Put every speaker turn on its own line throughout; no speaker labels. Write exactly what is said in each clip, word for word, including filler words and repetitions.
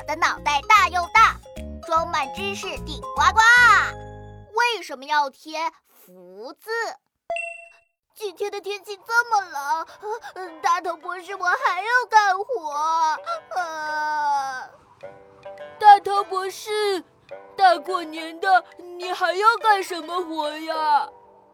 的脑袋大又大，装满知识顶呱呱。为什么要贴福字？今天的天气这么冷，大头博士，我还要干活。呃、
大头博士，大过年的，你还要干什么活呀？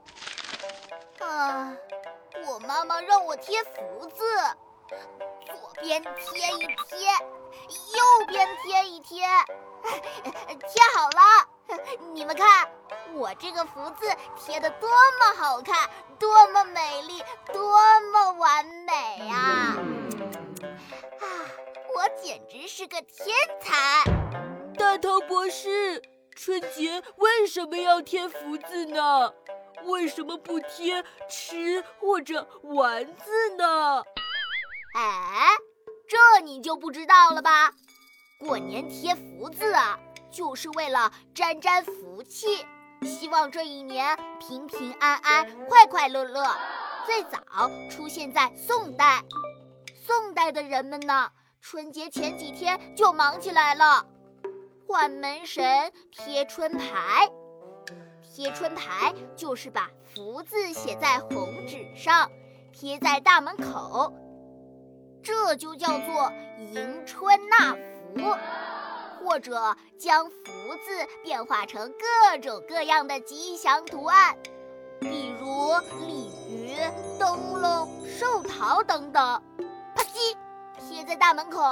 啊，我妈妈让我贴福字，左边贴一贴，右边贴一贴，贴好了。你们看，我这个福字贴得多么好看，多么美丽，多么完美啊！啊，我简直是个天才！
大头博士，春节为什么要贴福字呢？为什么不贴吃或者玩字呢？
哎，这你就不知道了吧？过年贴福字啊，就是为了沾沾福气，希望这一年平平安安、快快乐乐。最早出现在宋代，宋代的人们呢，春节前几天就忙起来了，换门神、贴春牌。贴春牌就是把福字写在红纸上，贴在大门口，这就叫做迎春纳福，或者将福字变化成各种各样的吉祥图案，比如鲤鱼、灯笼、寿桃等等，啪叽，贴在大门口。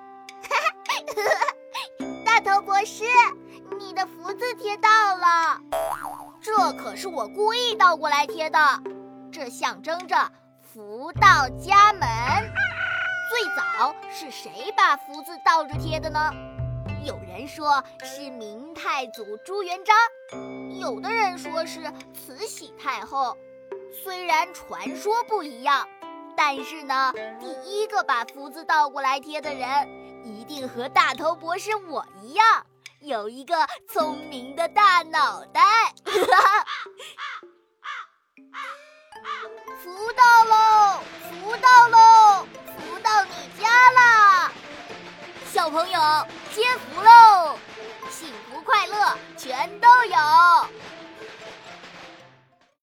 大头博士，你的福字贴到了，这可是我故意倒过来贴的，这象征着福到家门。最早是谁把福字倒着贴的呢？有人说是明太祖朱元璋，有的人说是慈禧太后。虽然传说不一样，但是呢，第一个把福字倒过来贴的人一定和大头博士我一样，有一个聪明的大脑袋。福到喽，福到喽，福到你家啦！小朋友接福喽，幸福快乐全都有。